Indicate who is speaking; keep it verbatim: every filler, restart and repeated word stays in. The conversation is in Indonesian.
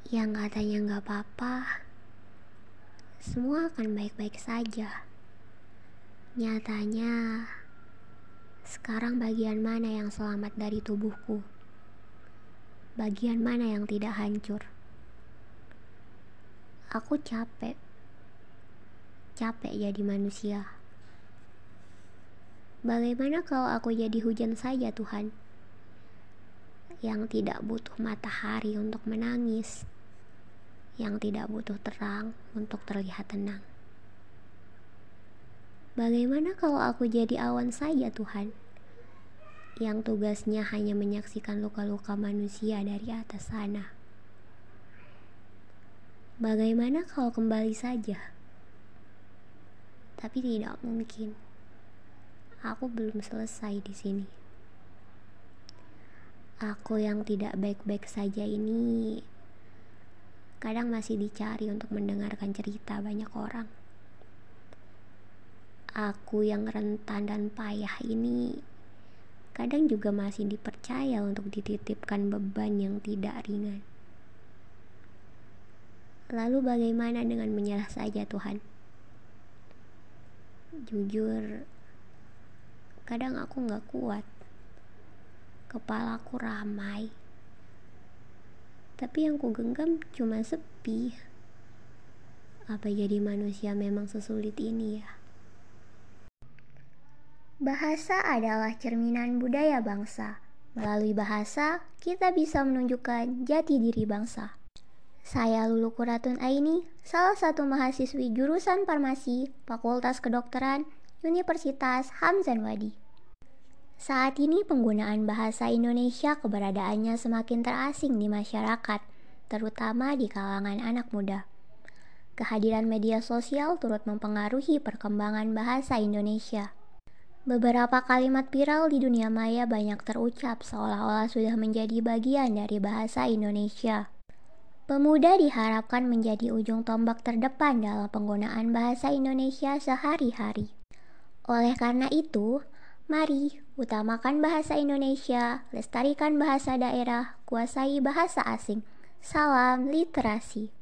Speaker 1: yang katanya gak apa-apa, semua akan baik-baik saja. Nyatanya, sekarang bagian mana yang selamat dari tubuhku? Bagian mana yang tidak hancur? Aku capek. Capek jadi manusia. Bagaimana kalau aku jadi hujan saja, Tuhan? Yang tidak butuh matahari untuk menangis, yang tidak butuh terang untuk terlihat tenang. Bagaimana kalau aku jadi awan saja, Tuhan? Yang tugasnya hanya menyaksikan luka-luka manusia dari atas sana. Bagaimana kalau kembali saja? Tapi tidak mungkin. Aku belum selesai di sini. Aku yang tidak baik-baik saja ini kadang masih dicari untuk mendengarkan cerita banyak orang. Aku yang rentan dan payah ini kadang juga masih dipercaya untuk dititipkan beban yang tidak ringan. Lalu bagaimana dengan menyerah saja, Tuhan? Jujur, kadang aku gak kuat. Kepalaku ramai, tapi yang ku genggam cuma sepi. Apa jadi manusia memang sesulit ini ya? Bahasa adalah cerminan budaya bangsa. Melalui bahasa, kita bisa menunjukkan jati diri bangsa. Saya Lulu Kuratun Aini, salah satu mahasiswi jurusan Farmasi, Fakultas Kedokteran, Universitas Hamzan Wadi. Saat ini penggunaan bahasa Indonesia keberadaannya semakin terasing di masyarakat, terutama di kalangan anak muda. Kehadiran media sosial turut mempengaruhi perkembangan bahasa Indonesia. Beberapa kalimat viral di dunia maya banyak terucap seolah-olah sudah menjadi bagian dari bahasa Indonesia. Pemuda diharapkan menjadi ujung tombak terdepan dalam penggunaan bahasa Indonesia sehari-hari. Oleh karena itu, mari utamakan bahasa Indonesia, lestarikan bahasa daerah, kuasai bahasa asing. Salam literasi.